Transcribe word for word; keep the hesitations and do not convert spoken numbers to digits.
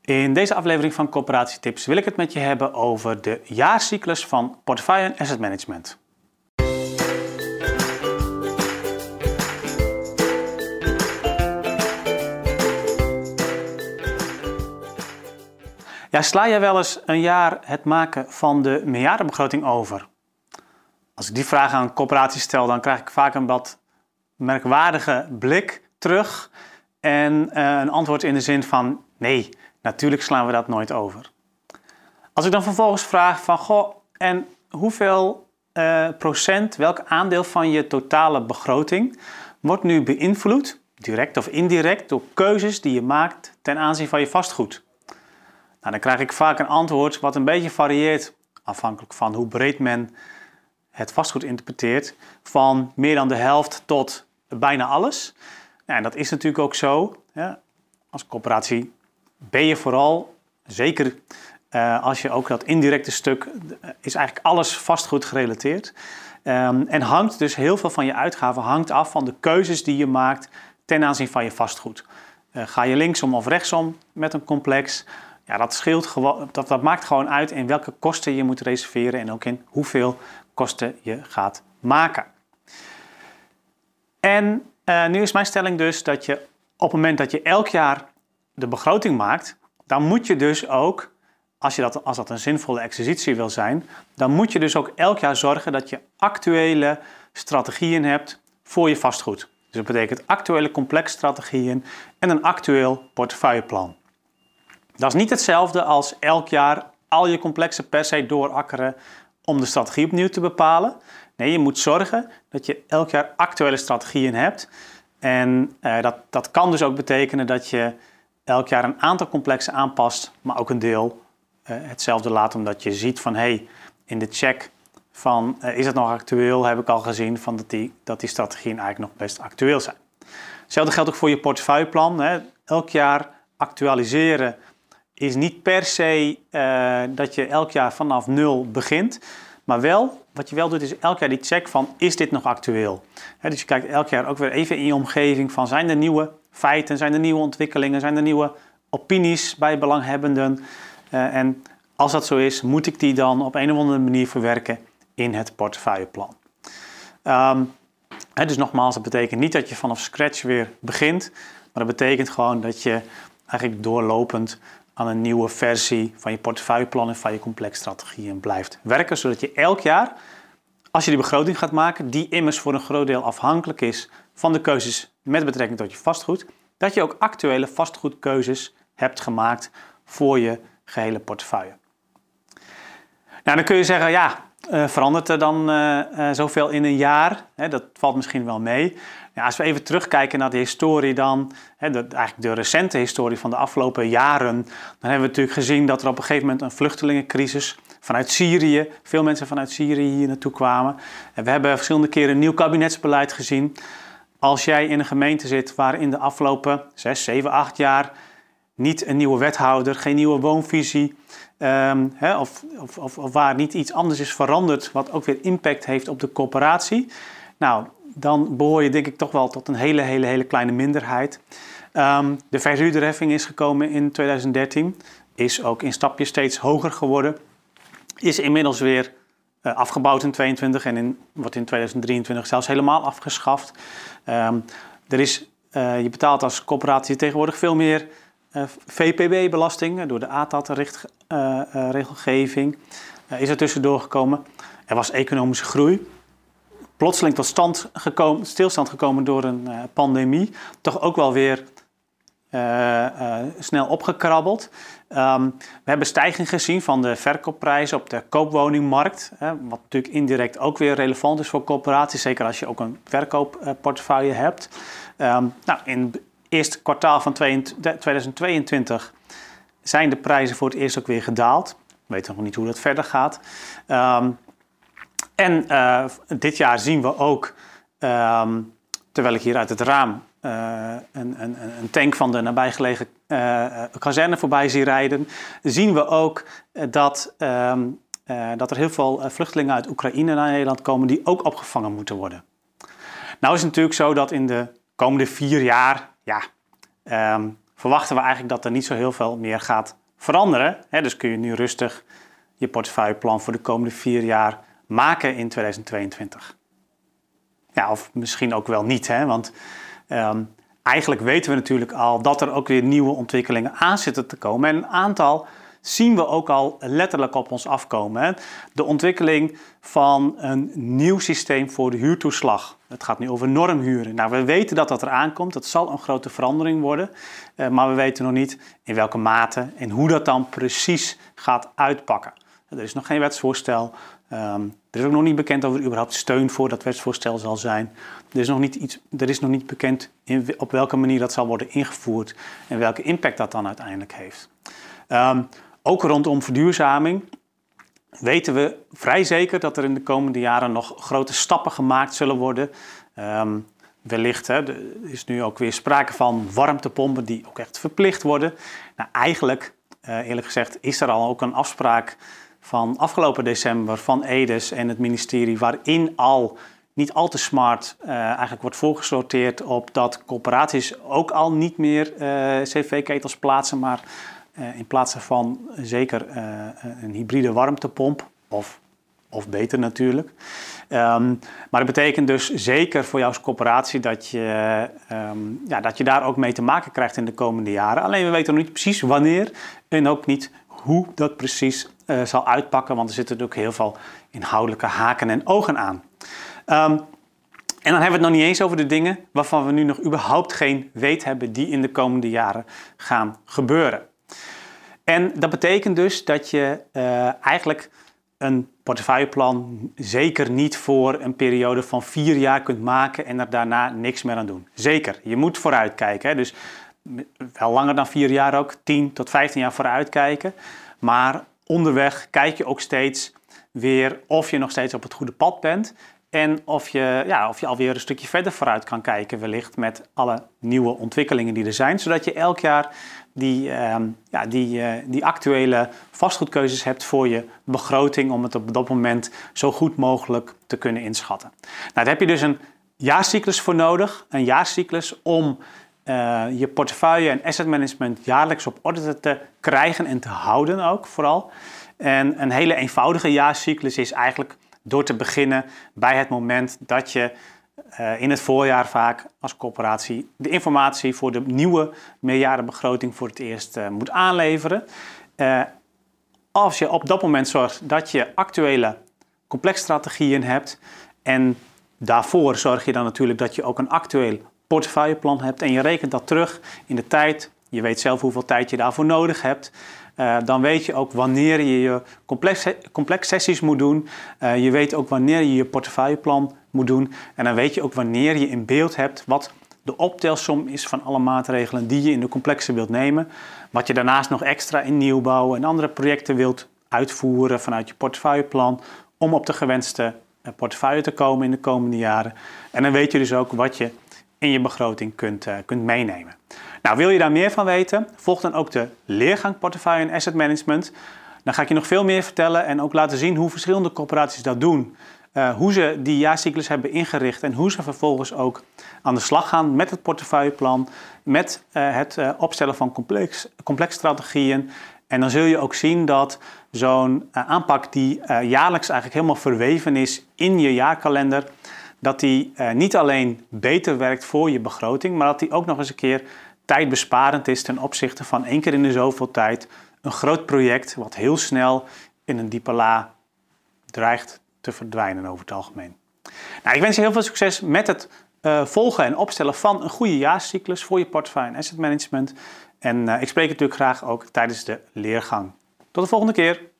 In deze aflevering van Coöperatietips wil ik het met je hebben over de jaarcyclus van portefeuille en asset management. Ja, sla je wel eens een jaar het maken van de meerjarenbegroting over? Als ik die vraag aan coöperaties stel, dan krijg ik vaak een wat merkwaardige blik terug en uh, een antwoord in de zin van nee, natuurlijk slaan we dat nooit over. Als ik dan vervolgens vraag van goh, en hoeveel uh, procent, welk aandeel van je totale begroting wordt nu beïnvloed, direct of indirect, door keuzes die je maakt ten aanzien van je vastgoed? Nou, dan krijg ik vaak een antwoord wat een beetje varieert, afhankelijk van hoe breed men het vastgoed interpreteert, van meer dan de helft tot bijna alles. Ja, en dat is natuurlijk ook zo. Ja. Als coöperatie ben je vooral, zeker uh, als je ook dat indirecte stuk, uh, is eigenlijk alles vastgoed gerelateerd. Um, en hangt dus heel veel van je uitgaven hangt af van de keuzes die je maakt ten aanzien van je vastgoed. Uh, ga je linksom of rechtsom met een complex? Ja, dat, scheelt gewoon, dat, dat maakt gewoon uit in welke kosten je moet reserveren en ook in hoeveel kosten je gaat maken. En uh, nu is mijn stelling dus dat je op het moment dat je elk jaar de begroting maakt, dan moet je dus ook, als, je dat, als dat een zinvolle exercitie wil zijn, dan moet je dus ook elk jaar zorgen dat je actuele strategieën hebt voor je vastgoed. Dus dat betekent actuele complexstrategieën en een actueel portefeuilleplan. Dat is niet hetzelfde als elk jaar al je complexen per se doorakkeren om de strategie opnieuw te bepalen. Nee, je moet zorgen dat je elk jaar actuele strategieën hebt. En uh, dat, dat kan dus ook betekenen dat je elk jaar een aantal complexen aanpast, maar ook een deel uh, hetzelfde laat, omdat je ziet van hé, hey, in de check van uh, is het nog actueel, heb ik al gezien van dat, die, dat die strategieën eigenlijk nog best actueel zijn. Hetzelfde geldt ook voor je portefeuilleplan. Hè. Elk jaar actualiseren is niet per se uh, dat je elk jaar vanaf nul begint. Maar wel, wat je wel doet, is elk jaar die check van, is dit nog actueel? He, dus je kijkt elk jaar ook weer even in je omgeving van, zijn er nieuwe feiten, zijn er nieuwe ontwikkelingen, zijn er nieuwe opinies bij belanghebbenden? Uh, en als dat zo is, moet ik die dan op een of andere manier verwerken in het portefeuilleplan. Um, he, dus nogmaals, dat betekent niet dat je vanaf scratch weer begint. Maar dat betekent gewoon dat je eigenlijk doorlopend aan een nieuwe versie van je portefeuilleplan en van je complexstrategieën blijft werken. Zodat je elk jaar, als je die begroting gaat maken, die immers voor een groot deel afhankelijk is van de keuzes met betrekking tot je vastgoed, dat je ook actuele vastgoedkeuzes hebt gemaakt voor je gehele portefeuille. Nou, dan kun je zeggen, ja, uh, verandert er dan uh, uh, zoveel in een jaar? Hè, dat valt misschien wel mee. Ja, als we even terugkijken naar de historie dan, hè, de, eigenlijk de recente historie van de afgelopen jaren, dan hebben we natuurlijk gezien dat er op een gegeven moment een vluchtelingencrisis vanuit Syrië, veel mensen vanuit Syrië hier naartoe kwamen. En we hebben verschillende keren een nieuw kabinetsbeleid gezien. Als jij in een gemeente zit waar in de afgelopen zes, zeven, acht jaar niet een nieuwe wethouder, geen nieuwe woonvisie, um, hè, of, of, of, of waar niet iets anders is veranderd wat ook weer impact heeft op de coöperatie, nou, dan behoor je denk ik toch wel tot een hele, hele, hele kleine minderheid. Um, de verhuurderheffing is gekomen in twintig dertien, is ook in stapjes steeds hoger geworden, is inmiddels weer uh, afgebouwd in tweeëntwintig en in, wordt in twintig drieëntwintig zelfs helemaal afgeschaft. Um, er is, uh, je betaalt als coöperatie tegenwoordig veel meer uh, V P B-belasting door de A T A T-regelgeving. Uh, uh, is er tussendoor gekomen. Er was economische groei. Plotseling tot stand gekomen, stilstand gekomen door een uh, pandemie. Toch ook wel weer uh, uh, snel opgekrabbeld. Um, we hebben stijging gezien van de verkoopprijzen op de koopwoningmarkt. Hè, wat natuurlijk indirect ook weer relevant is voor coöperaties. Zeker als je ook een verkoopportefeuille hebt. Um, nou, in het eerste kwartaal van twintig tweeëntwintig zijn de prijzen voor het eerst ook weer gedaald. We weten nog niet hoe dat verder gaat. Um, En uh, dit jaar zien we ook, uh, terwijl ik hier uit het raam uh, een, een, een tank van de nabijgelegen uh, kazerne voorbij zie rijden, zien we ook uh, dat, uh, uh, dat er heel veel uh, vluchtelingen uit Oekraïne naar Nederland komen die ook opgevangen moeten worden. Nou is het natuurlijk zo dat in de komende vier jaar, ja, um, verwachten we eigenlijk dat er niet zo heel veel meer gaat veranderen. Hè? Dus kun je nu rustig je portefeuilleplan voor de komende vier jaar maken in tweeduizend tweeëntwintig. Ja, of misschien ook wel niet, hè? Want um, eigenlijk weten we natuurlijk al dat er ook weer nieuwe ontwikkelingen aan zitten te komen. En een aantal zien we ook al letterlijk op ons afkomen. Hè? De ontwikkeling van een nieuw systeem voor de huurtoeslag. Het gaat nu over normhuren. Nou, we weten dat dat eraan komt. Dat zal een grote verandering worden. Uh, maar we weten nog niet in welke mate en hoe dat dan precies gaat uitpakken. Er is nog geen wetsvoorstel. Um, er is ook nog niet bekend of er überhaupt steun voor dat wetsvoorstel zal zijn. Er is nog niet, iets, er is nog niet bekend in, op welke manier dat zal worden ingevoerd en welke impact dat dan uiteindelijk heeft. Um, ook rondom verduurzaming weten we vrij zeker dat er in de komende jaren nog grote stappen gemaakt zullen worden. Um, wellicht, hè, er is nu ook weer sprake van warmtepompen die ook echt verplicht worden. Nou, eigenlijk, uh, eerlijk gezegd, is er al ook een afspraak van afgelopen december van E D E S en het ministerie, waarin al niet al te smart uh, eigenlijk wordt voorgesorteerd op dat corporaties ook al niet meer uh, C V-ketels plaatsen, maar uh, in plaats daarvan zeker uh, een hybride warmtepomp, of, of beter natuurlijk. Um, maar dat betekent dus zeker voor jou als corporatie dat je, um, ja, dat je daar ook mee te maken krijgt in de komende jaren. Alleen we weten nog niet precies wanneer en ook niet hoe dat precies uh, zal uitpakken, want er zitten natuurlijk heel veel inhoudelijke haken en ogen aan. Um, en dan hebben we het nog niet eens over de dingen waarvan we nu nog überhaupt geen weet hebben die in de komende jaren gaan gebeuren. En dat betekent dus dat je uh, eigenlijk een portefeuilleplan zeker niet voor een periode van vier jaar kunt maken en er daarna niks meer aan doen. Zeker, je moet vooruitkijken. Hè? Dus wel langer dan vier jaar ook, tien tot vijftien jaar vooruitkijken. Maar onderweg kijk je ook steeds weer of je nog steeds op het goede pad bent. En of je, ja, of je alweer een stukje verder vooruit kan kijken, wellicht met alle nieuwe ontwikkelingen die er zijn. Zodat je elk jaar die, uh, ja, die, uh, die actuele vastgoedkeuzes hebt voor je begroting, om het op dat moment zo goed mogelijk te kunnen inschatten. Nou, daar heb je dus een jaarcyclus voor nodig. Een jaarcyclus om uh, je portefeuille en asset management jaarlijks op orde te krijgen en te houden ook vooral. En een hele eenvoudige jaarcyclus is eigenlijk door te beginnen bij het moment dat je uh, in het voorjaar vaak als corporatie de informatie voor de nieuwe meerjarenbegroting voor het eerst uh, moet aanleveren. Uh, als je op dat moment zorgt dat je actuele complexstrategieën hebt en daarvoor zorg je dan natuurlijk dat je ook een actueel portefeuilleplan hebt en je rekent dat terug in de tijd. Je weet zelf hoeveel tijd je daarvoor nodig hebt. Uh, dan weet je ook wanneer je je complex, complex sessies moet doen. Uh, je weet ook wanneer je je portefeuilleplan moet doen. En dan weet je ook wanneer je in beeld hebt wat de optelsom is van alle maatregelen die je in de complexe wilt nemen. Wat je daarnaast nog extra in nieuwbouw en andere projecten wilt uitvoeren vanuit je portefeuilleplan om op de gewenste portefeuille te komen in de komende jaren. En dan weet je dus ook wat je in je begroting kunt, uh, kunt meenemen. Nou, wil je daar meer van weten? Volg dan ook de leergang Portefeuille en Asset Management. Dan ga ik je nog veel meer vertellen en ook laten zien hoe verschillende corporaties dat doen. Uh, hoe ze die jaarcyclus hebben ingericht en hoe ze vervolgens ook aan de slag gaan met het portefeuilleplan, met uh, het uh, opstellen van complex, complex strategieën. En dan zul je ook zien dat zo'n uh, aanpak die uh, jaarlijks eigenlijk helemaal verweven is in je jaarkalender, dat die uh, niet alleen beter werkt voor je begroting, maar dat die ook nog eens een keer tijdbesparend is ten opzichte van één keer in de zoveel tijd een groot project wat heel snel in een diepe la dreigt te verdwijnen over het algemeen. Nou, ik wens je heel veel succes met het uh, volgen en opstellen van een goede jaarcyclus voor je portefeuille en asset management. En uh, ik spreek je natuurlijk graag ook tijdens de leergang. Tot de volgende keer!